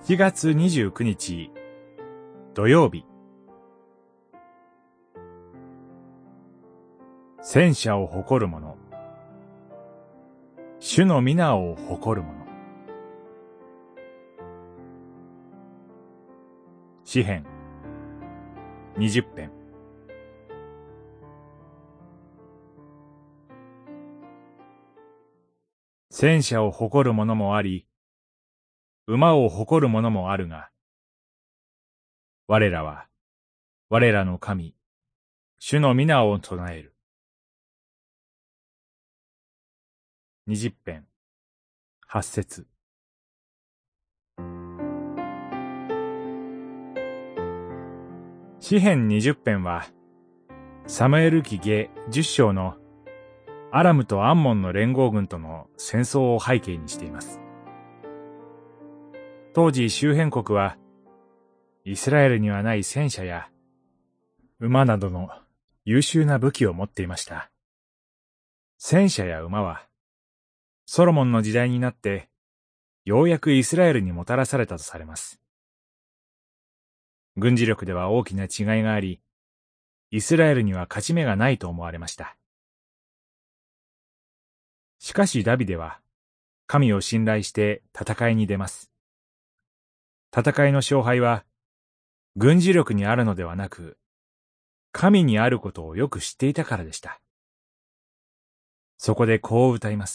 7月29日土曜日。戦車を誇る者、主の皆を誇る者。詩編20編。戦車を誇る者もあり、馬を誇る者もあるが、我らは、我らの神、主の皆を唱える。20編、8節。詩編20編は、サムエル記下10章のアラムとアンモンの連合軍との戦争を背景にしています。当時周辺国は、イスラエルにはない戦車や馬などの優秀な武器を持っていました。戦車や馬は、ソロモンの時代になって、ようやくイスラエルにもたらされたとされます。軍事力では大きな違いがあり、イスラエルには勝ち目がないと思われました。しかしダビデは、神を信頼して戦いに出ます。戦いの勝敗は、軍事力にあるのではなく、神にあることをよく知っていたからでした。そこでこう歌います。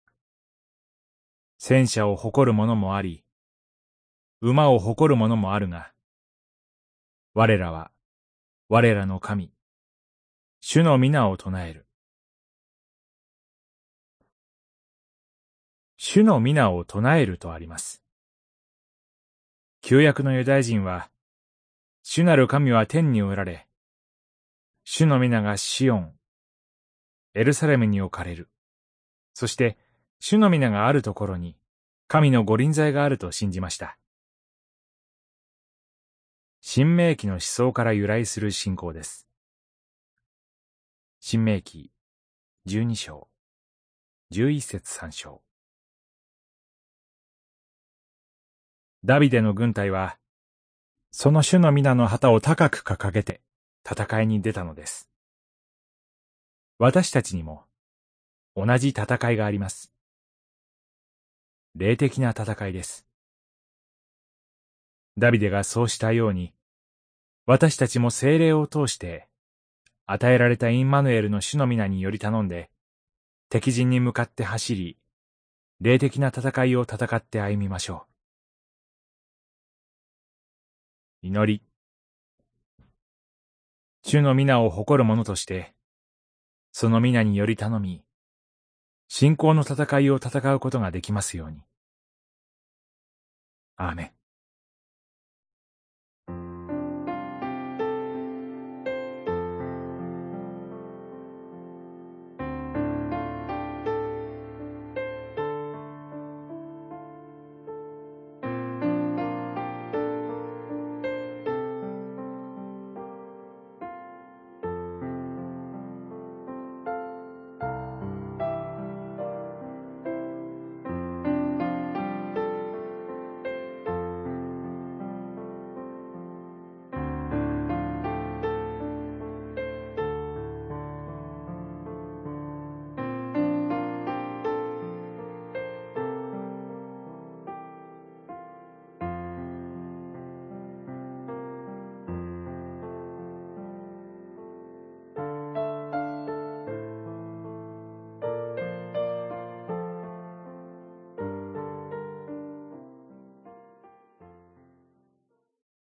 戦車を誇る者もあり、馬を誇る者もあるが、我らは、我らの神、主の皆を唱える。主の皆を唱えるとあります。旧約のユダヤ人は、主なる神は天におられ、主の皆がシオン、エルサレムに置かれる。そして、主の皆があるところに、神の御臨在があると信じました。新明記の思想から由来する信仰です。新明記12章、11節3章。ダビデの軍隊は、その主の皆の旗を高く掲げて戦いに出たのです。私たちにも同じ戦いがあります。霊的な戦いです。ダビデがそうしたように、私たちも聖霊を通して与えられたインマヌエルの主の皆により頼んで、敵陣に向かって走り、霊的な戦いを戦って歩みましょう。祈り。主の皆を誇る者として、その皆により頼み、信仰の戦いを戦うことができますように。アーメン。